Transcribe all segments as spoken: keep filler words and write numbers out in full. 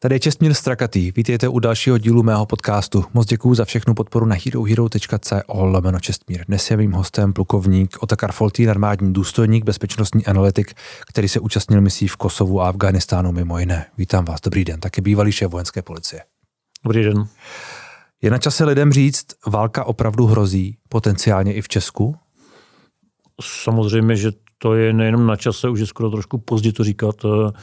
Tady je Čestmír Strakatý. Vítejte u dalšího dílu mého podcastu. Moc děkuju za všechnu podporu na herohero tečka co lomeno Čestmír. Dnes je mým hostem plukovník Otakar Foltýn, armádní důstojník, bezpečnostní analytik, který se účastnil misí v Kosovu a Afghánistánu mimo jiné. Vítám vás, dobrý den. Také bývalý šéf vojenské policie. Dobrý den. Je na čase lidem říct, válka opravdu hrozí, potenciálně i v Česku? Samozřejmě, že to je nejenom na čase, už je skoro trošku pozdě to říkat.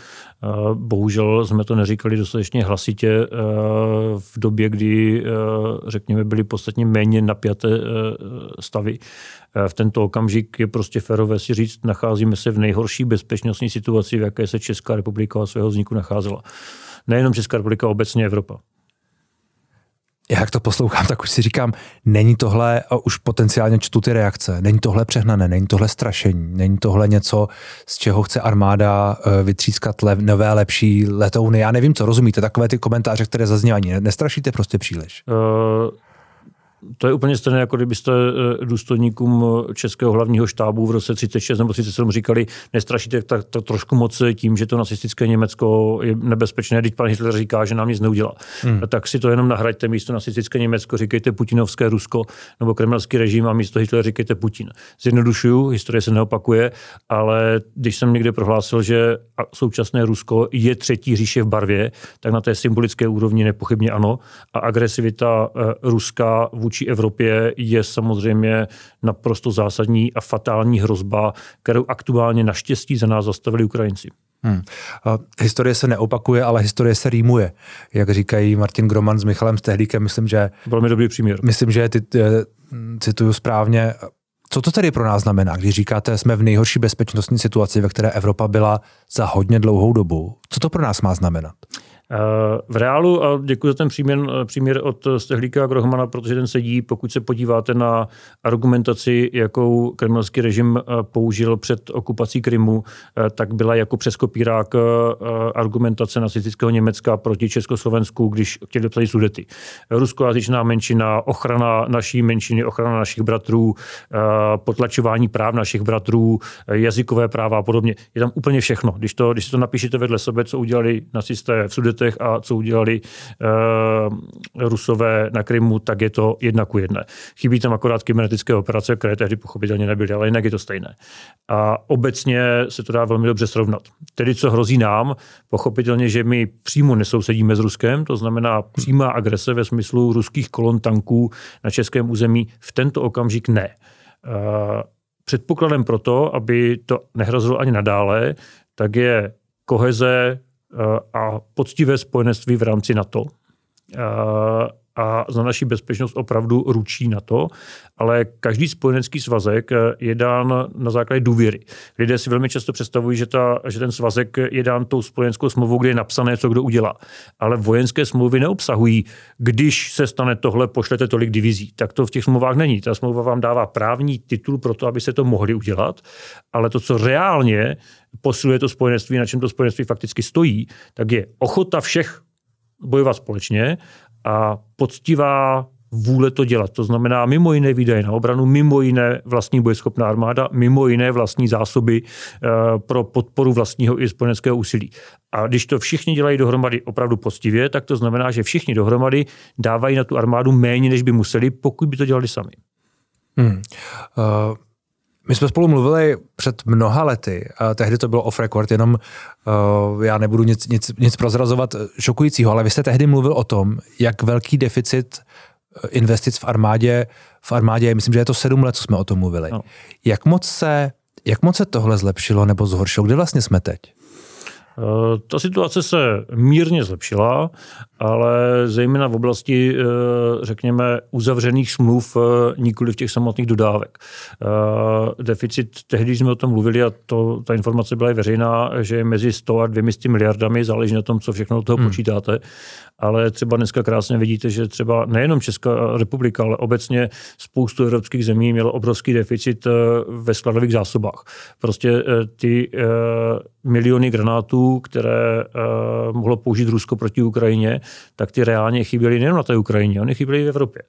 Bohužel jsme to neříkali dostatečně hlasitě v době, kdy, řekněme, byly podstatně méně napjaté stavy. V tento okamžik je prostě férové si říct, nacházíme se v nejhorší bezpečnostní situaci, v jaké se Česká republika od svého vzniku nacházela. Nejenom Česká republika, obecně Evropa. Já jak to poslouchám, tak už si říkám, není tohle, už potenciálně čtu ty reakce, není tohle přehnané, není tohle strašení, není tohle něco, z čeho chce armáda vytřískat lev, nové, lepší letouny. Já nevím, co rozumíte, takové ty komentáře, které zaznívají. Nestrašíte prostě příliš? Uh... To je úplně stejné, jako kdybyste důstojníkům Českého hlavního štábu v roce třicet šest nebo třicet sedm říkali, nestrašíte tak, tak trošku moc tím, že to nacistické Německo je nebezpečné, když pan Hitler říká, že nám nic neudělá. Hmm. Tak si to jenom nahraďte, místo nacistické Německo říkejte putinovské Rusko nebo kremelský režim a místo Hitler říkejte Putin. Zjednodušuju, historie se neopakuje, ale když jsem někde prohlásil, že současné Rusko je třetí říše v barvě, tak na té symbolické úrovni nepochybně ano. A agresivita Ruska vůči Evropě je samozřejmě naprosto zásadní a fatální hrozba, kterou aktuálně naštěstí za nás zastavili Ukrajinci. Hmm. Historie se neopakuje, ale historie se rýmuje. Jak říkají Martin Groman s Michalem Stehlíkem, myslím, že... Velmi dobrý příměr. Myslím, že ty, cituju správně. Co to tedy pro nás znamená, když říkáte, jsme v nejhorší bezpečnostní situaci, ve které Evropa byla za hodně dlouhou dobu? Co to pro nás má znamenat? V reálu, a děkuji za ten příměr, příměr od Stehlíka a Grohmana, protože ten sedí, pokud se podíváte na argumentaci, jakou kremelský režim použil před okupací Krymu, tak byla jako přes kopírák argumentace nacistického Německa proti Československu, když chtěli dopsat Sudety. Ruskojazyčná menšina, ochrana naší menšiny, ochrana našich bratrů, potlačování práv našich bratrů, jazykové práva a podobně. Je tam úplně všechno. Když to, když to napíšete vedle sebe, co udělali nacisté v Sudetech a co udělali uh, Rusové na Krymu, tak je to jedna ku jedné. Chybí tam akorát kybernetické operace, které tehdy pochopitelně nebyly, ale jinak je to stejné. A obecně se to dá velmi dobře srovnat. Tedy, co hrozí nám, pochopitelně, že my přímo nesousedíme s Ruskem, to znamená přímá agrese ve smyslu ruských kolon tanků na českém území v tento okamžik ne. Uh, předpokladem pro to, aby to nehrozilo ani nadále, tak je koheze a poctivé spojenectví v rámci NATO. A za naši bezpečnost opravdu ručí NATO, ale každý spojenecký svazek je dán na základě důvěry. Lidé si velmi často představují, že, ta, že ten svazek je dán tou spojenskou smlouvou, kde je napsané, co kdo udělá. Ale vojenské smlouvy neobsahují, když se stane tohle, pošlete tolik divizí. Tak to v těch smlouvách není. Ta smlouva vám dává právní titul pro to, aby se to mohli udělat, ale to, co reálně posiluje to spojenectví, na čem to spojenectví fakticky stojí, tak je ochota všech bojovat společně a poctivá vůle to dělat. To znamená mimo jiné výdaje na obranu, mimo jiné vlastní bojeschopná armáda, mimo jiné vlastní zásoby e, pro podporu vlastního i spojeneckého úsilí. A když to všichni dělají dohromady opravdu poctivě, tak to znamená, že všichni dohromady dávají na tu armádu méně, než by museli, pokud by to dělali sami. Hmm. Uh... My jsme spolu mluvili před mnoha lety, a tehdy to bylo off record, jenom uh, já nebudu nic, nic, nic prozrazovat šokujícího, ale vy jste tehdy mluvil o tom, jak velký deficit investic v armádě, v armádě, myslím, že je to sedm let, co jsme o tom mluvili. No. Jak moc se, jak moc se tohle zlepšilo nebo zhoršilo? Kde vlastně jsme teď? Ta situace se mírně zlepšila, ale zejména v oblasti, řekněme, uzavřených smluv, nikoli v těch samotných dodávek. Deficit, tehdy jsme o tom mluvili a to, ta informace byla i veřejná, že je mezi sto a dvě stě miliardami, záleží na tom, co všechno do toho hmm. počítáte. Ale třeba dneska krásně vidíte, že třeba nejenom Česká republika, ale obecně spoustu evropských zemí mělo obrovský deficit ve skladových zásobách. Prostě ty miliony granátů tanků, které uh, mohlo použít Rusko proti Ukrajině, tak ty reálně chyběly nejen na té Ukrajině, oni chyběly v Evropě.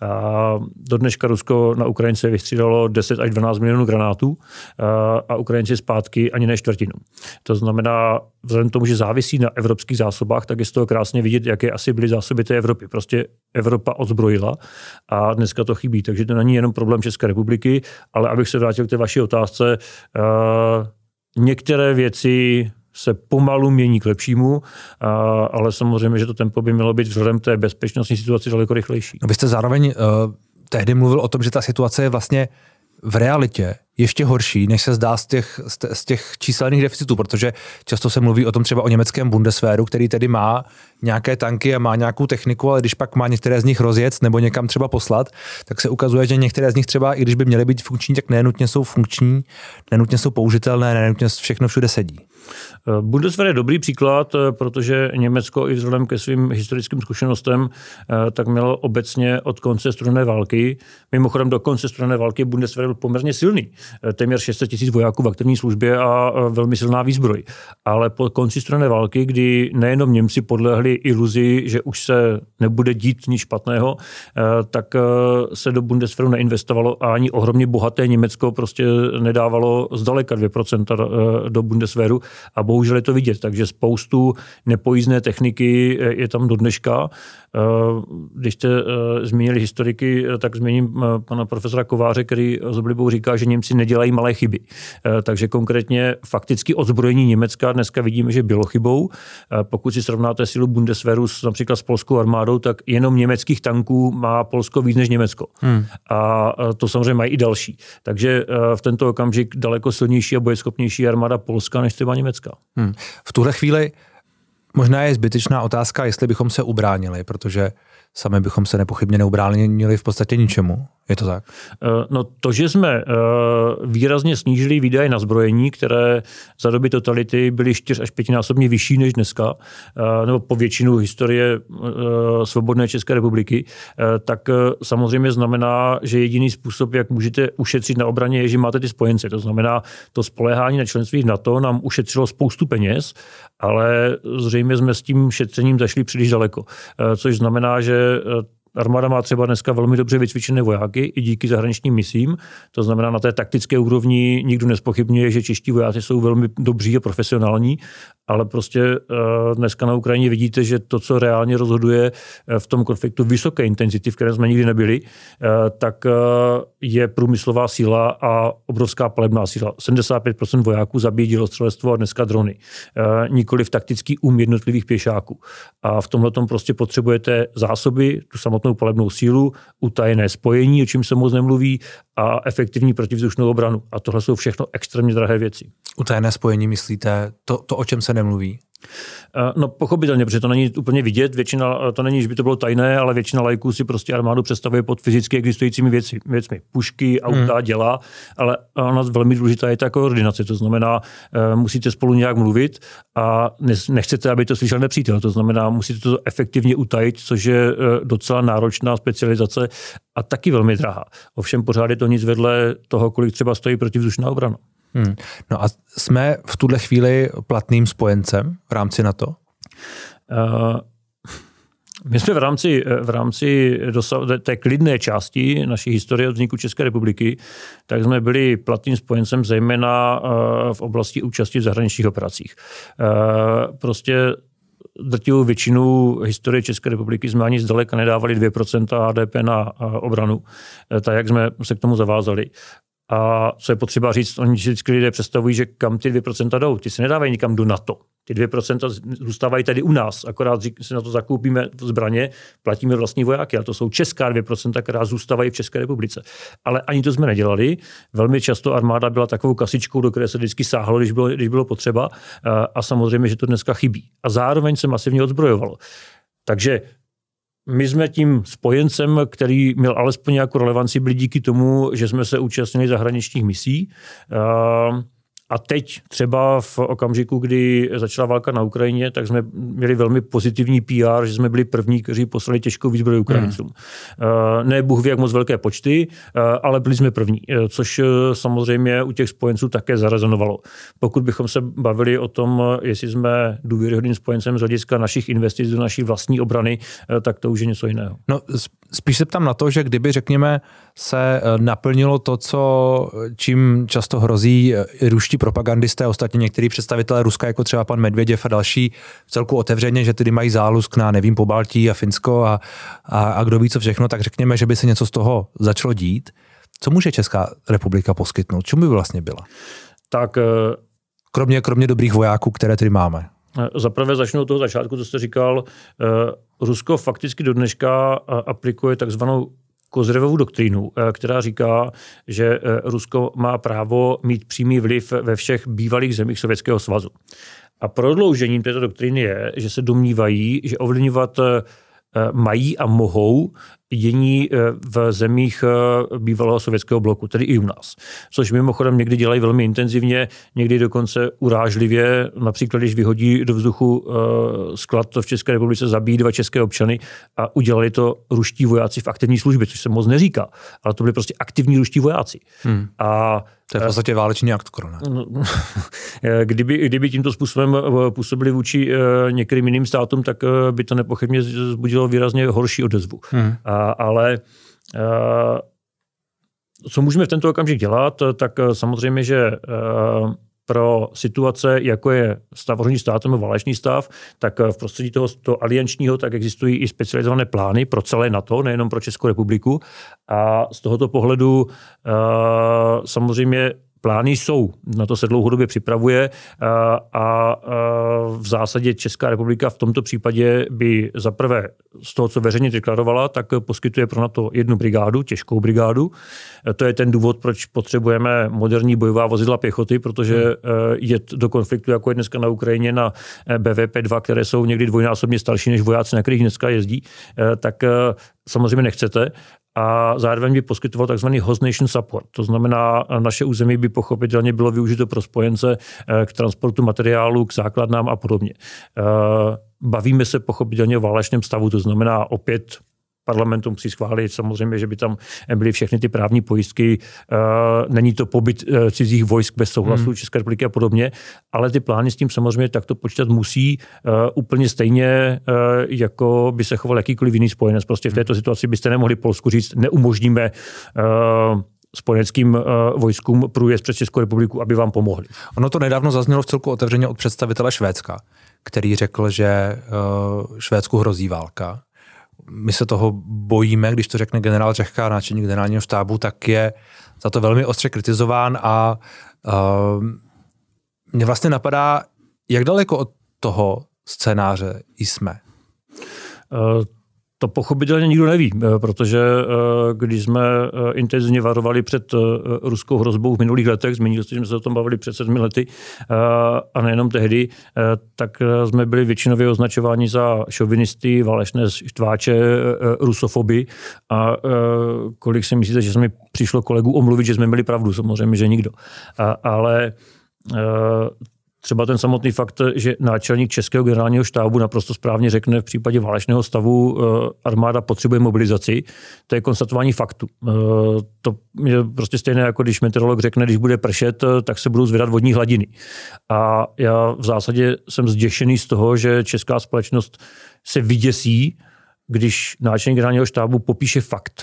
A do dneška Rusko na Ukrajince vystřídalo deset až dvanáct milionů granátů uh, a Ukrajinci zpátky ani ne čtvrtinu. To znamená, vzhledem k tomu, že závisí na evropských zásobách, tak je z toho krásně vidět, jaké asi byly zásoby té Evropy. Prostě Evropa odzbrojila a dneska to chybí. Takže to není jenom problém České republiky, ale abych se vrátil k té vaší otázce, uh, některé věci se pomalu mění k lepšímu, uh, ale samozřejmě, že to tempo by mělo být vzhledem k té bezpečnostní situaci daleko rychlejší. No, vy jste zároveň uh, tehdy mluvil o tom, že ta situace je vlastně v realitě ještě horší, než se zdá z těch, z těch číselných deficitů, protože často se mluví o tom třeba o německém Bundeswehru, který tedy má nějaké tanky a má nějakou techniku, ale když pak má některé z nich rozjet nebo někam třeba poslat, tak se ukazuje, že některé z nich třeba, i když by měly být funkční, tak nenutně jsou funkční, nenutně jsou použitelné, nenutně všechno všude sedí. Bundeswehr je dobrý příklad, protože Německo i vzhledem ke svým historickým zkušenostem tak mělo obecně od konce studené války. Mimochodem do konce studené války Bundeswehr byl poměrně silný. Téměř šest set tisíc vojáků v aktivní službě a velmi silná výzbroj. Ale po konci studené války, kdy nejenom Němci podlehli iluzi, že už se nebude dít nic špatného, tak se do Bundeswehru neinvestovalo a ani ohromně bohaté Německo prostě nedávalo zdaleka dvě procenta do Bundeswehru a bohužel je to vidět. Takže spoustu nepojízdné techniky je tam do dneška. Když jste zmínili historiky, tak zmíním pana profesora Kováře, který s oblibou říká, že Němci nedělají malé chyby. Takže konkrétně fakticky odzbrojení Německa dneska vidíme, že bylo chybou. Pokud si srovnáte sílu Bundeswehru s, například s polskou armádou, tak jenom německých tanků má Polsko víc než Německo. Hmm. A to samozřejmě mají i další. Takže v tento okamžik daleko silnější a bojeschopnější armáda Polska než třeba Německa. Hmm. V tuhle chvíli možná je zbytečná otázka, jestli bychom se ubránili, protože sami bychom se nepochybně neubránili v podstatě ničemu. Je to tak? No to, že jsme výrazně snížili výdaje na zbrojení, které za doby totality byly čtyř až pětinásobně vyšší než dneska, nebo po většinu historie svobodné České republiky, tak samozřejmě znamená, že jediný způsob, jak můžete ušetřit na obraně, je, že máte ty spojence. To znamená, to spoléhání na členství v NATO nám ušetřilo spoustu peněz, ale zřejmě jsme s tím šetřením zašli příliš daleko. Což znamená, že armáda má třeba dneska velmi dobře vycvičené vojáky i díky zahraničním misím. To znamená, na té taktické úrovni nikdo nezpochybňuje, že čeští vojáci jsou velmi dobří a profesionální, ale prostě dneska na Ukrajině vidíte, že to, co reálně rozhoduje v tom konfliktu vysoké intenzity, v kterém jsme nikdy nebyli, tak je průmyslová síla a obrovská palebná síla. sedmdesát pět procent vojáků zabíjí dělostřelectvo a dneska drony. Nikoliv taktický um jednotlivých pěšáků. A v tomhle tom prostě potřebujete zásoby, tu samotnou palebnou sílu, utajené spojení, o čem se moc nemluví, a efektivní protivzdušnou obranu. A tohle jsou všechno extrémně drahé věci. Utajené spojení myslíte to, to o čem se nemluví? No pochopitelně, protože to není úplně vidět, většina, to není, že by to bylo tajné, ale většina laiků si prostě armádu představuje pod fyzicky existujícími věci, věcmi. Pušky, auta, hmm. děla, ale ona velmi důležitá je ta koordinace, to znamená, musíte spolu nějak mluvit a nechcete, aby to slyšel nepřítel, to znamená, musíte to efektivně utajit, což je docela náročná specializace a taky velmi drahá. Ovšem pořád je to nic vedle toho, kolik třeba stojí protivzdušná obrana. Hmm. No a jsme v tuhle chvíli platným spojencem v rámci NATO? Uh, my jsme v rámci, v rámci dosa- té klidné části naší historie od vzniku České republiky, tak jsme byli platným spojencem zejména uh, v oblasti účasti v zahraničních operacích. Uh, prostě drtivou většinu historie České republiky jsme ani zdaleka nedávali dvě procenta H D P na uh, obranu, tak jak jsme se k tomu zavázali. A co je potřeba říct, oni si vždycky lidé představují, že kam ty dvě procenta jdou. Ty se nedávají nikam do NATO. Ty dvě procenta zůstávají tady u nás. Akorát si na to zakoupíme zbraně, platíme vlastní vojáky. Ale to jsou česká dvě procenta, která zůstávají v České republice. Ale ani to jsme nedělali. Velmi často armáda byla takovou kasičkou, do které se vždycky sáhlo, když bylo, když bylo potřeba. A samozřejmě, že to dneska chybí. A zároveň se masivně odzbrojovalo. Takže my jsme tím spojencem, který měl alespoň nějakou relevanci, byli díky tomu, že jsme se účastnili zahraničních misí. A teď třeba v okamžiku, kdy začala válka na Ukrajině, tak jsme měli velmi pozitivní P R, že jsme byli první, kteří poslali těžkou výzbroj Ukrajincům. Hmm. Ne Bůh ví, jak moc velké počty, ale byli jsme první, což samozřejmě u těch spojenců také zarezonovalo. Pokud bychom se bavili o tom, jestli jsme důvěryhodným spojencem z hlediska našich investic do naší vlastní obrany, tak to už je něco jiného. No, spíš se ptám na to, že kdyby, řekněme, se naplnilo to, co, čím často hrozí ruští propagandisté, ostatně některý představitelé Ruska, jako třeba pan Medvěděv a další, celku otevřeně, že tedy mají zálusk na, nevím, Pobaltí a Finsko a, a, a kdo ví co všechno, tak řekněme, že by se něco z toho začalo dít. Co může Česká republika poskytnout? Čemu by vlastně byla? Tak kromě, kromě dobrých vojáků, které tedy máme. Zaprvé začnu od toho začátku, co jste říkal. Rusko fakticky do dneška aplikuje takzvanou Kozyriovu doktrínu, která říká, že Rusko má právo mít přímý vliv ve všech bývalých zemích Sovětského svazu. A prodloužením této doktríny je, že se domnívají, že ovlivňovat mají a mohou dění v zemích bývalého sovětského bloku, tedy i u nás. Což mimochodem někdy dělají velmi intenzivně, někdy dokonce urážlivě, například když vyhodí do vzduchu sklad v České republice, zabijí dva české občany a udělali to ruští vojáci v aktivní službě, což se moc neříká, ale to byli prostě aktivní ruští vojáci. Hmm. A to je v podstatě válečný akt skoro, ne? Kdyby, kdyby tímto způsobem působili vůči některým jiným státům, tak by to nepochybně vzbudilo výrazně horší odezvu. Hmm. A, ale a, co můžeme v tento okamžik dělat, tak samozřejmě, že a, pro situace, jako je stav ohrožení státem nebo válečný stav, tak v prostředí toho, toho aliančního tak existují i specializované plány pro celé NATO, nejenom pro Českou republiku. A z tohoto pohledu uh, samozřejmě plány jsou, na to se dlouhodobě připravuje a, a v zásadě Česká republika v tomto případě by zaprvé z toho, co veřejně deklarovala, tak poskytuje pro NATO jednu brigádu, těžkou brigádu. To je ten důvod, proč potřebujeme moderní bojová vozidla pěchoty, protože hmm. jet do konfliktu, jako je dneska na Ukrajině, na B V P dva, které jsou někdy dvojnásobně starší než vojáci, na kterých dneska jezdí, tak samozřejmě nechcete. A zároveň by poskytoval takzvaný host nation support. To znamená, naše území by pochopitelně bylo využito pro spojence k transportu materiálu, k základnám a podobně. Bavíme se pochopitelně o válečném stavu, to znamená opět parlamentu musí schválit samozřejmě, že by tam byly všechny ty právní pojistky. Není to pobyt cizích vojsk bez souhlasu hmm. České republiky a podobně, ale ty plány s tím samozřejmě takto počítat musí úplně stejně, jako by se choval jakýkoliv jiný spojenec. Prostě v této situaci byste nemohli Polsku říct, neumožníme spojeneckým vojskům průjezd přes Českou republiku, aby vám pomohli. Ono to nedávno zaznělo v celku otevřeně od představitele Švédska, který řekl, že Švédsku hrozí válka. My se toho bojíme, když to řekne generál Řehka, náčelník generálního štábu, tak je za to velmi ostře kritizován a uh, mě vlastně napadá, jak daleko od toho scénáře jsme. Uh, To pochopitelně nikdo neví, protože když jsme intenzivně varovali před ruskou hrozbou v minulých letech, zmínil jste, že jsme se o tom bavili před sedmi lety a nejenom tehdy, tak jsme byli většinově označováni za šovinisty, válečné štváče, rusofoby a kolik si myslíte, že se mi přišlo kolegů omluvit, že jsme měli pravdu, samozřejmě, že nikdo. A, ale třeba ten samotný fakt, že náčelník Českého generálního štábu naprosto správně řekne v případě válečného stavu armáda potřebuje mobilizaci, to je konstatování faktu. To je prostě stejné, jako když meteorolog řekne, když bude pršet, tak se budou zvedat vodní hladiny. A já v zásadě jsem zděšený z toho, že česká společnost se vyděsí, když náčelník generálního štábu popíše fakt.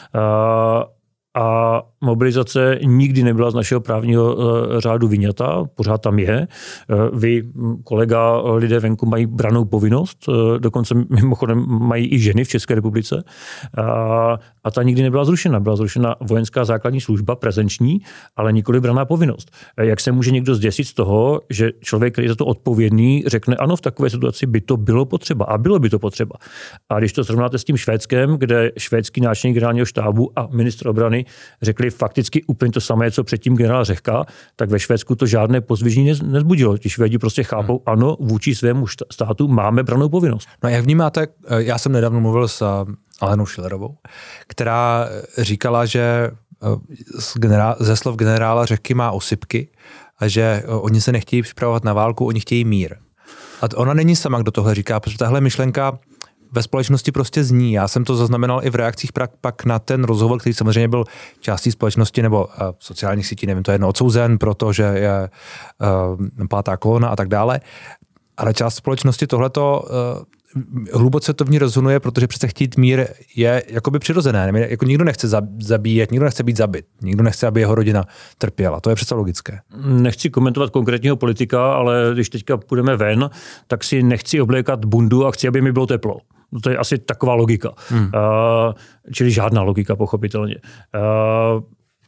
A mobilizace nikdy nebyla z našeho právního řádu vyňata, pořád tam je. Vy, kolega, lidé venku mají brannou povinnost, dokonce mimochodem mají i ženy v České republice. A, a ta nikdy nebyla zrušena. Byla zrušena vojenská základní služba, prezenční, ale nikoli branná povinnost. Jak se může někdo zděsit z toho, že člověk, který je za to odpovědný, řekne, ano, v takové situaci by to bylo potřeba a bylo by to potřeba. A když to srovnáte s tím Švédskem, kde švédský náčelník generálního štábu a ministr obrany řekli fakticky úplně to samé, co předtím generál Řehka, tak ve Švédsku to žádné pozdvižení nezbudilo. Ti Švédi prostě chápou, ano, vůči svému státu máme brannou povinnost. No jak vnímáte, já jsem nedávno mluvil s Alenou Schillerovou, která říkala, že z generál, ze slov generála Řehky má osypky a že oni se nechtějí připravovat na válku, oni chtějí mír. A ona není sama, kdo tohle říká, protože tahle myšlenka ve společnosti prostě zní. Já jsem to zaznamenal i v reakcích pak na ten rozhovor, který samozřejmě byl částí společnosti nebo uh, sociálních sítí, nevím, to je jedno, odsouzen, protože je uh, pátá kolona a tak dále. Ale část společnosti tohleto uh, hluboce to v ní rezonuje, protože přece chtít mír je jakoby přirozené. Jako nikdo nechce zabíjet, nikdo nechce být zabit, nikdo nechce, aby jeho rodina trpěla. To je přece logické. Nechci komentovat konkrétního politika, ale když teďka půjdeme ven, tak si nechci oblékat bundu a chci, aby mi bylo teplo. No to je asi taková logika. Hmm. Uh, čili žádná logika, pochopitelně. Uh,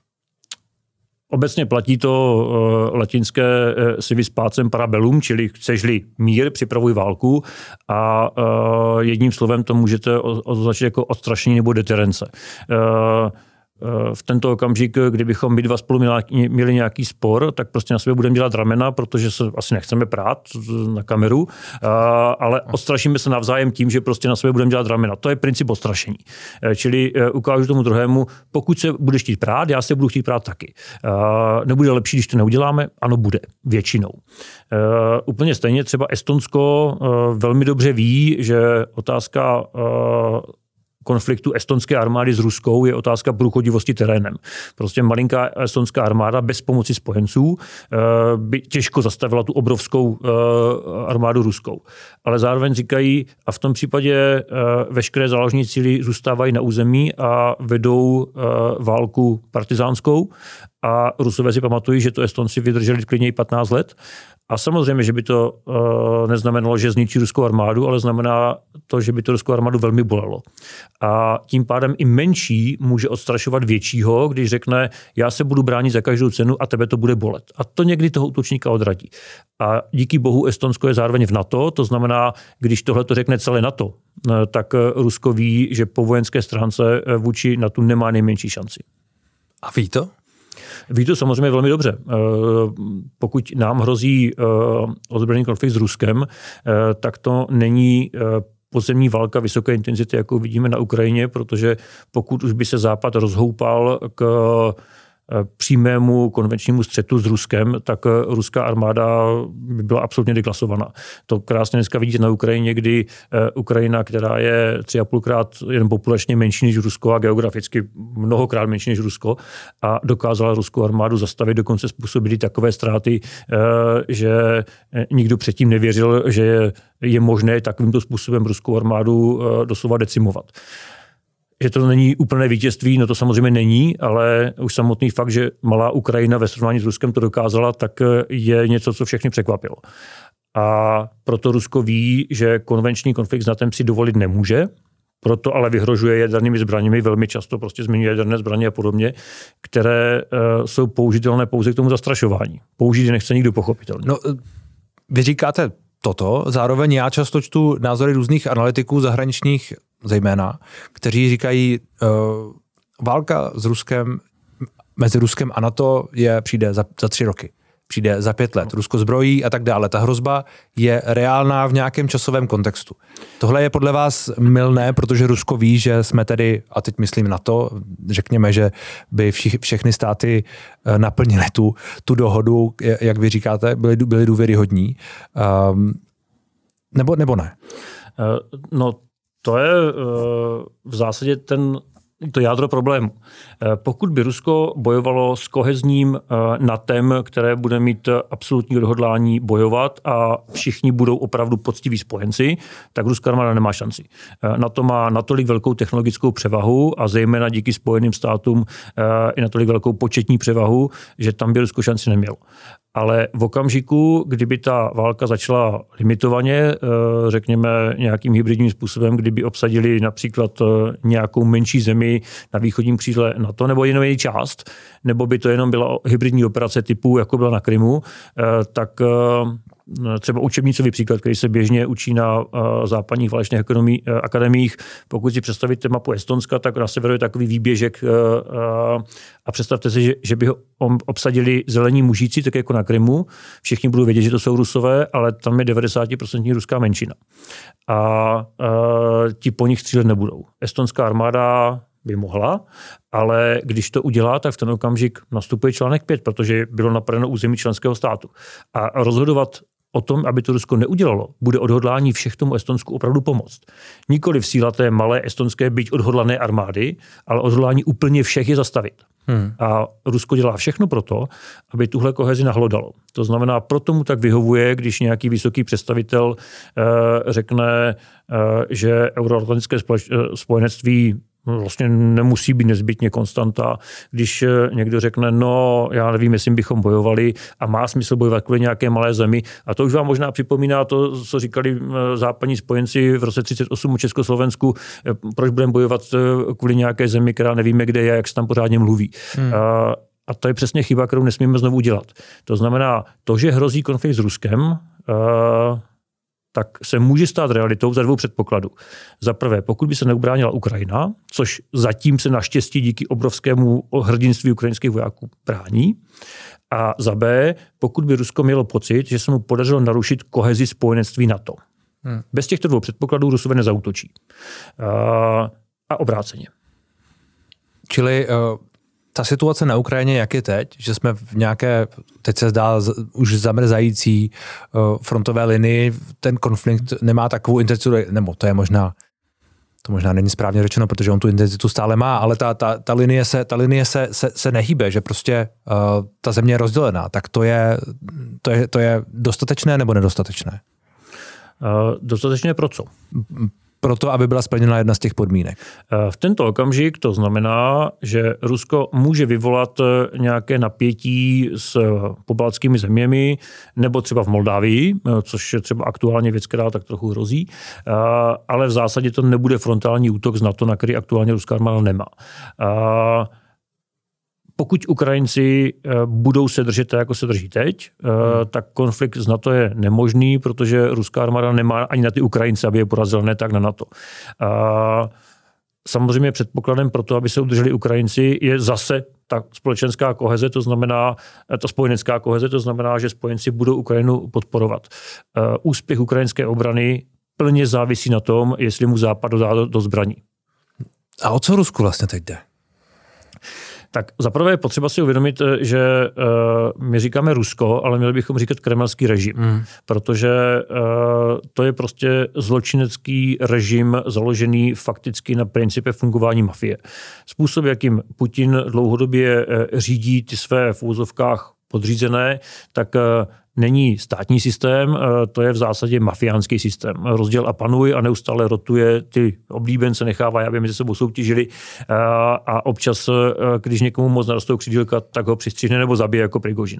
Obecně platí to uh, latinské uh, civis pacem para bellum, čili chceš-li mír, připravuj válku a uh, jedním slovem to můžete označit jako odstrašení nebo deterence. Uh, V tento okamžik, kdybychom my dva spolu měli nějaký spor, tak prostě na sebe budeme dělat ramena, protože se asi nechceme prát na kameru, ale odstrašíme se navzájem tím, že prostě na sebe budeme dělat ramena. To je princip odstrašení. Čili ukážu tomu druhému, pokud se budeš chtít prát, já se budu chtít prát taky. Nebude lepší, když to neuděláme? Ano, bude. Většinou. Úplně stejně třeba Estonsko velmi dobře ví, že otázka konfliktu estonské armády s ruskou je otázka průchodivosti terénem. Prostě malinká estonská armáda bez pomoci spojenců by těžko zastavila tu obrovskou armádu ruskou. Ale zároveň říkají, a v tom případě veškeré záložní síly zůstávají na území a vedou válku partizánskou a Rusové si pamatují, že to Estonci vydrželi klidně i patnáct let. A samozřejmě, že by to uh, neznamenalo, že zničí ruskou armádu, ale znamená to, že by to ruskou armádu velmi bolelo. A tím pádem i menší může odstrašovat většího, když řekne, já se budu bránit za každou cenu a tebe to bude bolet. A to někdy toho útočníka odradí. A díky bohu Estonsko je zároveň v NATO, to znamená, když tohle to řekne celé NATO, tak Rusko ví, že po vojenské stránce vůči NATO nemá nejmenší šanci. A ví to? Ví to samozřejmě velmi dobře. Pokud nám hrozí ozbrojený konflikt s Ruskem, tak to není pozemní válka vysoké intenzity, jakou vidíme na Ukrajině, protože pokud už by se Západ rozhoupal k přímému konvenčnímu střetu s Ruskem, tak ruská armáda by byla absolutně deklasovaná. To krásně dneska vidíte na Ukrajině, kdy Ukrajina, která je tři a půlkrát jen populačně menší než Rusko a geograficky mnohokrát menší než Rusko a dokázala ruskou armádu zastavit, dokonce způsobili takové ztráty, že nikdo předtím nevěřil, že je možné takovýmto způsobem ruskou armádu doslova decimovat. Že to není úplné vítězství, no to samozřejmě není, ale už samotný fakt, že malá Ukrajina ve srovnání s Ruskem to dokázala, tak je něco, co všechny překvapilo. A proto Rusko ví, že konvenční konflikt s NATOem si dovolit nemůže, proto ale vyhrožuje jadernými zbraněmi, velmi často prostě zmiňuje jaderné zbraně a podobně, které uh, jsou použitelné pouze k tomu zastrašování. Použít je nechce nikdo pochopitelně. No, vy říkáte toto, zároveň já často čtu názory různých analytiků zahraničních zejména, kteří říkají, uh, válka s Ruskem, mezi Ruskem a NATO je, přijde za, za tři roky, přijde za pět let, Rusko zbrojí a tak dále. Ta hrozba je reálná v nějakém časovém kontextu. Tohle je podle vás mylné, protože Rusko ví, že jsme tedy, a teď myslím NATO, řekněme, že by všich, všechny státy naplnili tu, tu dohodu, jak vy říkáte, byli, byli důvěryhodní. Um, nebo, nebo ne? Uh, no, to je v zásadě ten, to jádro problému. Pokud by Rusko bojovalo s kohezním NATEM, které bude mít absolutní odhodlání bojovat a všichni budou opravdu poctiví spojenci, tak ruská armáda nemá šanci. NATO má natolik velkou technologickou převahu a zejména díky Spojeným státům i natolik velkou početní převahu, že tam by Rusko šanci nemělo. Ale v okamžiku, kdyby ta válka začala limitovaně, řekněme nějakým hybridním způsobem, kdyby obsadili například nějakou menší zemi na východním křídle NATO, nebo jenom její část, nebo by to jenom byla hybridní operace typu, jako byla na Krymu, tak třeba učebnicový příklad, který se běžně učí na západních válečných akademiích. Pokud si představíte mapu Estonska, tak na severu je takový výběžek a představte si, že, že by ho obsadili zelení mužíci, tak jako na Krymu. Všichni budou vědět, že to jsou Rusové, ale tam je devadesát procent ruská menšina. A, a ti po nich střílet nebudou. Estonská armáda by mohla, ale když to udělá, tak v ten okamžik nastupuje článek pět, protože bylo napadeno území členského státu. A rozhodovat o tom, aby to Rusko neudělalo, bude odhodlání všech tomu Estonsku opravdu pomoct. Nikoli v síle té malé estonské, byť odhodlané armády, ale odhodlání úplně všech je zastavit. Hmm. A Rusko dělá všechno proto, aby tuhle kohezi nahlodalo. To znamená, proto mu tak vyhovuje, když nějaký vysoký představitel eh, řekne, eh, že euroatlantické spojenectví vlastně nemusí být nezbytně konstanta. Když někdo řekne, no, já nevím, jestli bychom bojovali a má smysl bojovat kvůli nějaké malé zemi. A to už vám možná připomíná to, co říkali západní spojenci v roce třicet osm u Československu, proč budeme bojovat kvůli nějaké zemi, která nevíme, kde je, jak se tam pořádně mluví. Hmm. A, a to je přesně chyba, kterou nesmíme znovu udělat. To znamená, to, že hrozí konflikt s Ruskem, a, tak se může stát realitou za dvou předpokladů. Za prvé, pokud by se neubránila Ukrajina, což zatím se naštěstí díky obrovskému hrdinství ukrajinských vojáků brání. A za B, pokud by Rusko mělo pocit, že se mu podařilo narušit kohezi spojenectví NATO. Hmm. Bez těchto dvou předpokladů Rusové nezaútočí. A, a obráceně. Čili uh, ta situace na Ukrajině, jak je teď, že jsme v nějaké, teď se zdá už zamrzající uh, frontové linii, ten konflikt nemá takovou intenzitu, nebo to je možná, to možná není správně řečeno, protože on tu intenzitu stále má, ale ta, ta, ta linie, se, ta linie se, se, se nehýbe, že prostě uh, ta země je rozdělená, tak to je, to je, to je dostatečné nebo nedostatečné? Uh, dostatečné pro co? Proto, aby byla splněna jedna z těch podmínek. V tento okamžik to znamená, že Rusko může vyvolat nějaké napětí s pobaltskými zeměmi nebo třeba v Moldávii, což je třeba aktuálně věc, která tak trochu hrozí, ale v zásadě to nebude frontální útok z NATO, na který aktuálně ruská armáda nemá. Pokud Ukrajinci budou se držet tak, jako se drží teď, hmm. tak konflikt z NATO je nemožný, protože ruská armáda nemá ani na ty Ukrajince, aby je porazila, ne tak na NATO. Samozřejmě předpokladem pro to, aby se udrželi Ukrajinci, je zase ta společenská koheze, to znamená ta spojenecká koheze, to znamená, že spojenci budou Ukrajinu podporovat. Úspěch ukrajinské obrany plně závisí na tom, jestli mu Západ dodá do, do zbraní. A o co Rusku vlastně teď jde? Tak zaprvé je potřeba si uvědomit, že uh, my říkáme Rusko, ale měli bychom říkat kremelský režim, mm. protože uh, to je prostě zločinecký režim založený fakticky na principě fungování mafie. Způsob, jakým Putin dlouhodobě uh, řídí ty své v úvozovkách podřízené, tak uh, není státní systém, to je v zásadě mafiánský systém. Rozděl a panuj a neustále rotuje, ty oblíbence nechává, aby mezi sebou soutěžili a občas, když někomu moc narostou křídílka, tak ho přistřihne nebo zabije jako Prigožina.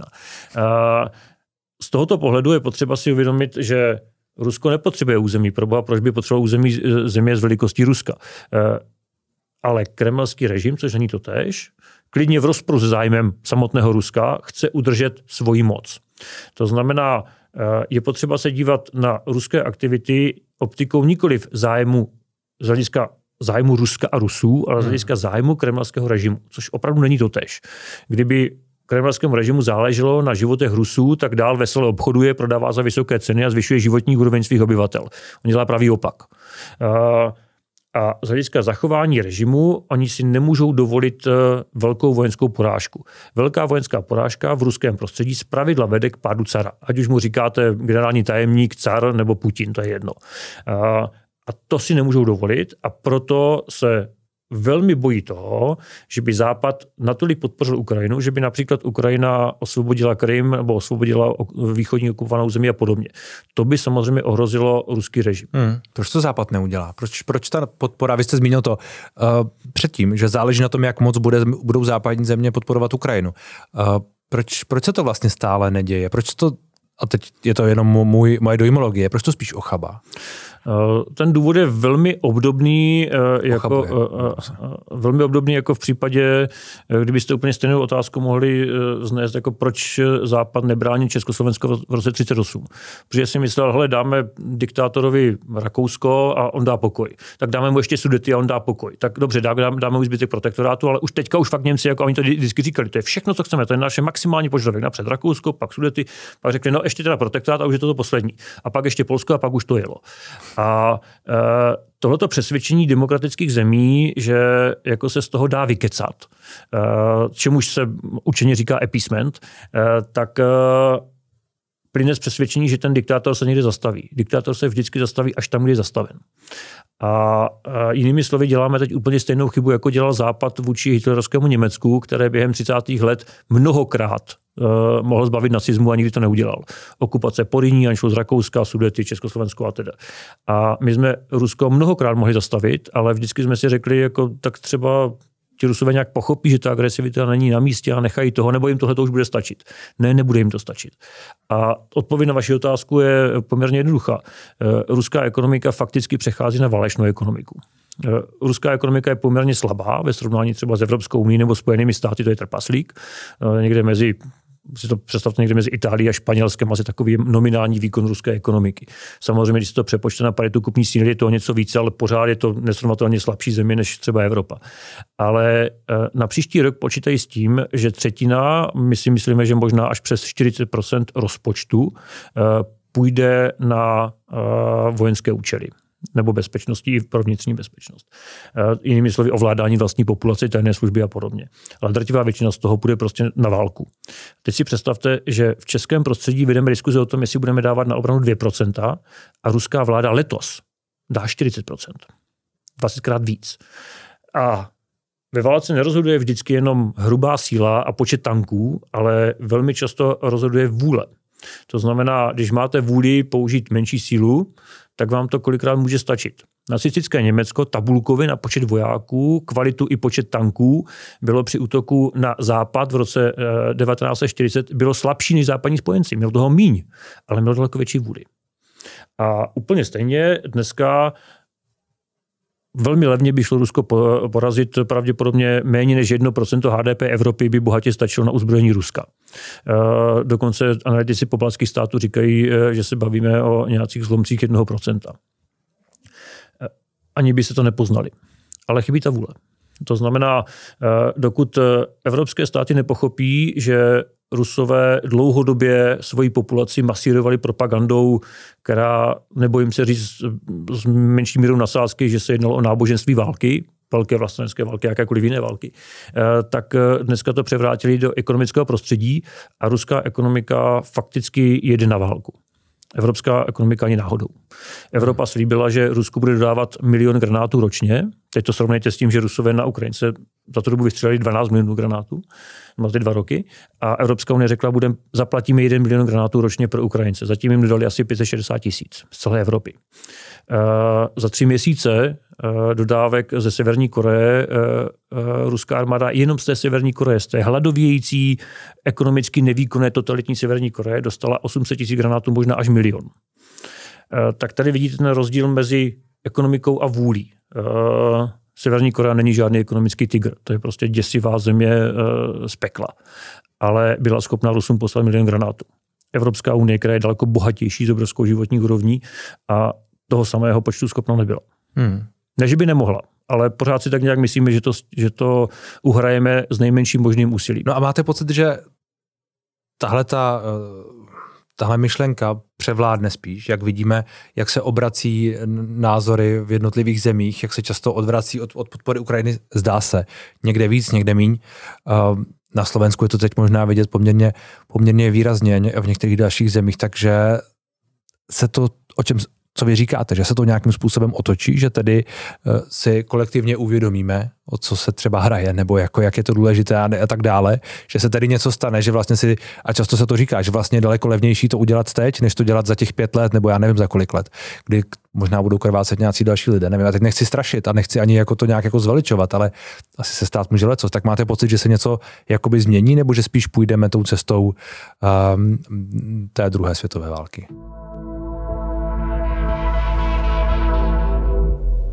Z tohoto pohledu je potřeba si uvědomit, že Rusko nepotřebuje území. Proboha, proč by potřeboval území země z velikostí Ruska? Ale kremelský režim, což není to též, klidně v rozporu se zájmem samotného Ruska, chce udržet svoji moc. To znamená, je potřeba se dívat na ruské aktivity optikou nikoliv zájmu z hlediska zájmu Ruska a Rusů, ale z hlediska zájmu kremelského režimu, což opravdu není to též. Kdyby kremelskému režimu záleželo na životech Rusů, tak dál vesele obchoduje, prodává za vysoké ceny a zvyšuje životní úroveň svých obyvatel. On dělá pravý opak. A z hlediska zachování režimu oni si nemůžou dovolit velkou vojenskou porážku. Velká vojenská porážka v ruském prostředí zpravidla vede k pádu cara. Ať už mu říkáte generální tajemník, car nebo Putin, to je jedno. A to si nemůžou dovolit a proto se velmi bojí toho, že by Západ natolik podpořil Ukrajinu, že by například Ukrajina osvobodila Krym nebo osvobodila východní okupovanou zemi a podobně. To by samozřejmě ohrozilo ruský režim. Hmm. Proč to Západ neudělá? Proč, proč ta podpora, vy jste zmínil to uh, předtím, že záleží na tom, jak moc bude, budou západní země podporovat Ukrajinu. Uh, proč, proč se to vlastně stále neděje? Proč to, a teď je to jenom můj, moje dojmologie, proč to spíš ochaba? Ten důvod je velmi obdobný jako, velmi obdobný jako v případě, kdybyste úplně stejnou otázku mohli vznést, jako proč Západ nebrání Československo v roce třicet osm. Protože si myslel, hele, dáme diktátorovi Rakousko a on dá pokoj. Tak dáme mu ještě Sudety a on dá pokoj. Tak dobře, dáme, dáme mu zbytek protektorátu, ale už teďka už fakt Němci, jako oni to vždycky říkali, to je všechno, co chceme, to je naše maximální požadavek. Napřed Rakousko, pak Sudety, pak řekli, no ještě teda protektorát a už je to to poslední. A pak ještě Polsko a pak už to jelo. A e, tohleto přesvědčení demokratických zemí, že jako se z toho dá vykecat, e, čemuž se učeně říká appeasement, e, tak e, plyne z přesvědčení, že ten diktátor se někde zastaví. Diktátor se vždycky zastaví až tam, kde je zastaven. A, a jinými slovy děláme teď úplně stejnou chybu, jako dělal Západ vůči hitlerovskému Německu, které během třicátých let mnohokrát uh, mohl zbavit nacismu a nikdy to neudělal. Okupace Porýní, Anšlus z Rakouska, Sudety, Československo a teda. A my jsme Rusko mnohokrát mohli zastavit, ale vždycky jsme si řekli, jako, tak třeba ti Rusové nějak pochopí, že ta agresivita není na místě a nechají toho, nebo jim tohle to už bude stačit. Ne, nebude jim to stačit. A odpověď na vaši otázku je poměrně jednoduchá. Ruská ekonomika fakticky přechází na válečnou ekonomiku. Ruská ekonomika je poměrně slabá ve srovnání třeba s Evropskou unií nebo Spojenými státy, to je trpaslík. Někde mezi si to představte někde mezi Itálií a Španělskem, asi takový nominální výkon ruské ekonomiky. Samozřejmě, když se to přepočte na paritu kupní síly, je to něco více, ale pořád je to nesrovnatelně slabší země než třeba Evropa. Ale na příští rok počítají s tím, že třetina, my si myslíme, že možná až přes čtyřicet procent rozpočtu půjde na vojenské účely nebo bezpečnosti i pro vnitřní bezpečnost. Jinými slovy ovládání vlastní populace, tajné služby a podobně. Ale drtivá většina z toho půjde prostě na válku. Teď si představte, že v českém prostředí vedeme diskuzi o tom, jestli budeme dávat na obranu dvě procenta a ruská vláda letos dá čtyřicet procent. dvacetkrát víc. A ve válce nerozhoduje vždycky jenom hrubá síla a počet tanků, ale velmi často rozhoduje vůle. To znamená, když máte vůli použít menší sílu, tak vám to kolikrát může stačit. Nacistické Německo tabulkově na počet vojáků, kvalitu i počet tanků bylo při útoku na západ v roce devatenáct set čtyřicet bylo slabší než západní spojenci. Měl toho míň, ale měl daleko větší vůli. A úplně stejně dneska velmi levně by šlo Rusko porazit, pravděpodobně méně než jedno procento H D P Evropy by bohatě stačilo na uzbrojení Ruska. Dokonce analytici pobaltských států říkají, že se bavíme o nějakých zlomcích jednoho procenta. Ani by se to nepoznali. Ale chybí ta vůle. To znamená, dokud evropské státy nepochopí, že Rusové dlouhodobě svoji populaci masírovali propagandou, která, nebojím se říct s menší mírou nasázky, že se jednalo o náboženství války, velké vlastenecké války, jakékoliv jiné války, tak dneska to převrátili do ekonomického prostředí a ruská ekonomika fakticky jede na válku. Evropská ekonomika ani náhodou. Evropa slíbila, že Rusku bude dodávat milion granátů ročně. Teď to srovnejte s tím, že Rusové na Ukrajince za tu dobu vystřelili dvanáct milionů granátů, na ty dva roky. A Evropská unie řekla, budem, zaplatíme jeden milion granátů ročně pro Ukrajince. Zatím jim dodali asi pět set šedesát tisíc z celé Evropy. Uh, za tři měsíce uh, dodávek ze Severní Koreje uh, uh, ruská armáda jenom z té Severní Koreje, z té hladovějící, ekonomicky nevýkonné totalitní Severní Koreje dostala osm set tisíc granátů, možná až milion. Uh, tak tady vidíte ten rozdíl mezi ekonomikou a vůlí. Uh, Severní Korea není žádný ekonomický tygr, to je prostě děsivá země uh, z pekla, ale byla schopná Rusům poslat milion granátů. Evropská unie, která je daleko bohatější s obrovskou životní úrovní a toho samého počtu schopná nebyla. Hmm. Ne, že by nemohla, ale pořád si tak nějak myslíme, že to, že to uhrajeme s nejmenším možným úsilím. No a máte pocit, že tahle ta, tahle myšlenka převládne spíš, jak vidíme, jak se obrací názory v jednotlivých zemích, jak se často odvrací od, od podpory Ukrajiny, zdá se. Někde víc, někde míň. Na Slovensku je to teď možná vidět poměrně, poměrně výrazně v některých dalších zemích, takže se to, o čem co vy říkáte, že se to nějakým způsobem otočí, že tedy si kolektivně uvědomíme, o co se třeba hraje, nebo jako, jak je to důležité a tak dále, že se tedy něco stane, že vlastně si, a často se to říká, že vlastně je daleko levnější to udělat teď, než to dělat za těch pět let, nebo já nevím za kolik let, kdy možná budou krvácet nějací další lidé. Nevím, já teď nechci strašit a nechci ani jako to nějak jako zveličovat, ale asi se stát může lecos. Tak máte pocit, že se něco jakoby změní, nebo že spíš půjdeme tou cestou um, té druhé světové války?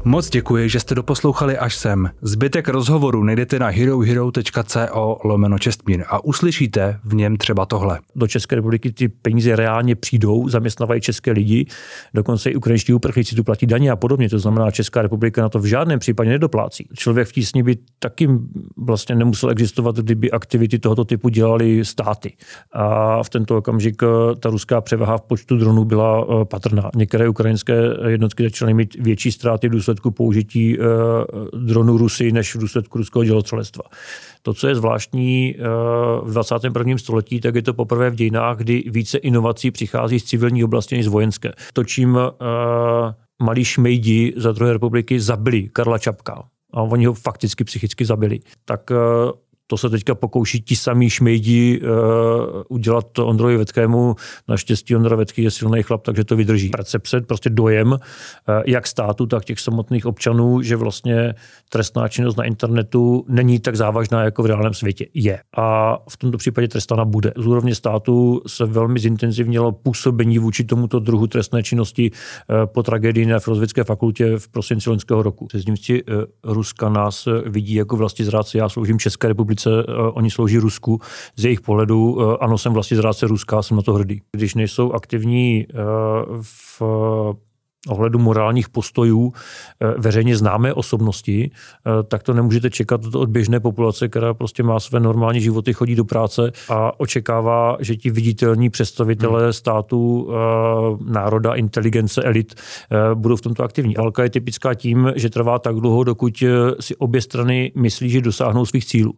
Moc děkuji, že jste doposlouchali až sem. Zbytek rozhovoru najdete na herohero.co lomeno Čestmír a uslyšíte v něm třeba tohle. Do České republiky ty peníze reálně přijdou, zaměstnávají české lidi, dokonce i ukrajinští uprchlíci tu platí daně a podobně. To znamená, Česká republika na to v žádném případě nedoplácí. Člověk v tísni by taky vlastně nemusel existovat, kdyby aktivity tohoto typu dělaly státy. A v tento okamžik ta ruská převaha v počtu dronů byla patrná. Některé ukrajinské jednotky začaly mít větší ztráty v důsledku použití dronů Rusy než v důsledku ruského dělostřelectva. To, co je zvláštní v dvacátém prvním století, tak je to poprvé v dějinách, kdy více inovací přichází z civilní oblasti než z vojenské. To, čím malí šmejdi za druhé republiky zabili Karla Čapka, a oni ho fakticky psychicky zabili, tak to se teďka pokouší ti samý šmejdi uh, udělat to Ondrovi Vetkému. Naštěstí Ondra Vetký je silný chlap, takže to vydrží. Percepce, prostě dojem, uh, jak státu, tak těch samotných občanů, že vlastně trestná činnost na internetu není tak závažná, jako v reálném světě je. A v tomto případě trestána bude. Z úrovně státu se velmi zintenzivnilo působení vůči tomuto druhu trestné činnosti uh, po tragédii na Filozofické fakultě v prosinci loňského roku. Řeznictví uh, Ruska nás vidí jako vlastizrádce. Já sloužím České republice, oni slouží Rusku. Z jejich pohledu, ano, jsem vlastizrádce Ruska, jsem na to hrdý. Když nejsou aktivní v ohledu morálních postojů veřejně známé osobnosti, tak to nemůžete čekat od běžné populace, která prostě má své normální životy, chodí do práce a očekává, že ti viditelní představitelé hmm. státu, národa, inteligence, elit budou v tomto aktivní. Válka je typická tím, že trvá tak dlouho, dokud si obě strany myslí, že dosáhnou svých cílů.